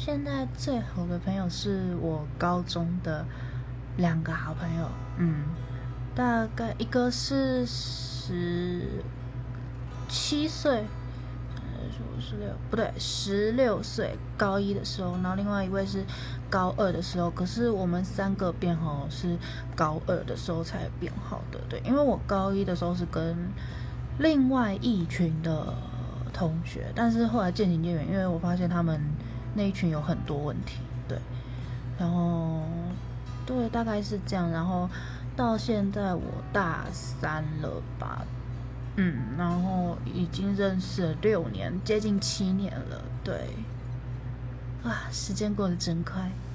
现在最好的朋友是我高中的2个好朋友，大概一个是17岁，不对，16岁，高一的时候，然后另外一位是高二的时候，可是我们3个变好是高二的时候才变好的，对，因为我高一的时候是跟另外一群的同学，但是后来渐行渐远，因为我发现他们那一群有很多问题，对，然后对，大概是这样，然后到现在我大3了吧，然后已经认识了6年，接近7年了，对，时间过得真快。